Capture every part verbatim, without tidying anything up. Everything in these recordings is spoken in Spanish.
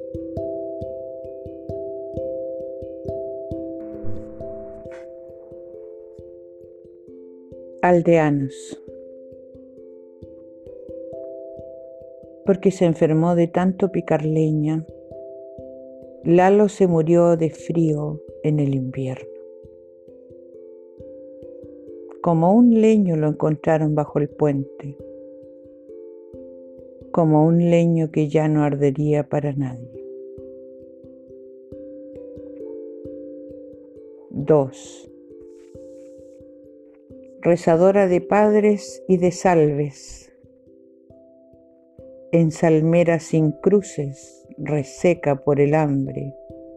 Aldeanos. Porque se enfermó de tanto picar leña, Lalo se murió de frío en el invierno. Como un leño lo encontraron bajo el puente, como un leño que ya no ardería para nadie. Dos. Rezadora de padres y de salves, ensalmera sin cruces, reseca por el hambre,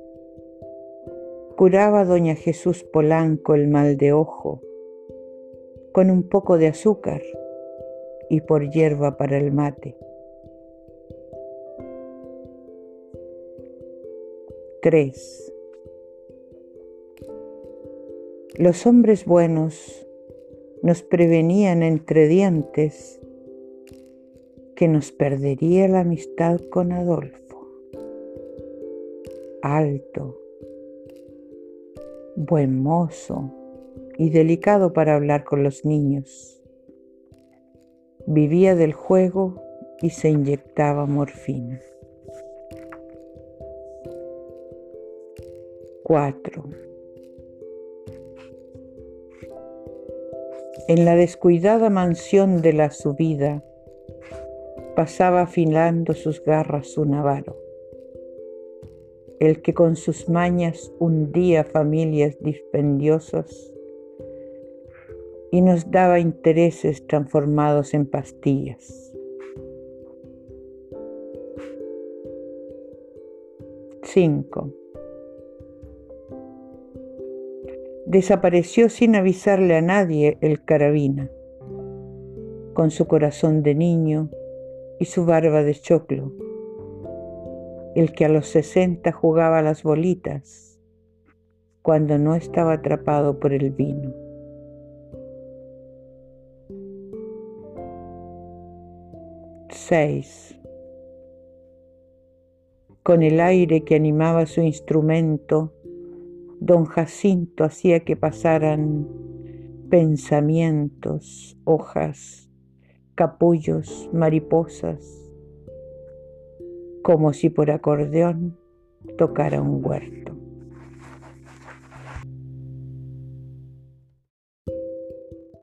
curaba doña Jesús Polanco el mal de ojo, con un poco de azúcar y por hierba para el mate. Tres. Los hombres buenos nos prevenían entre dientes que nos perdería la amistad con Adolfo. Alto, buen mozo y delicado para hablar con los niños. Vivía del juego y se inyectaba morfina. Cuatro. En la descuidada mansión de la subida pasaba afilando sus garras un avaro, el que con sus mañas hundía familias dispendiosas y nos daba intereses transformados en pastillas. Cinco. Desapareció sin avisarle a nadie el carabina, con su corazón de niño y su barba de choclo, el que a los sesenta jugaba las bolitas cuando no estaba atrapado por el vino. Seis. Con el aire que animaba su instrumento, don Jacinto hacía que pasaran pensamientos, hojas, capullos, mariposas, como si por acordeón tocara un huerto.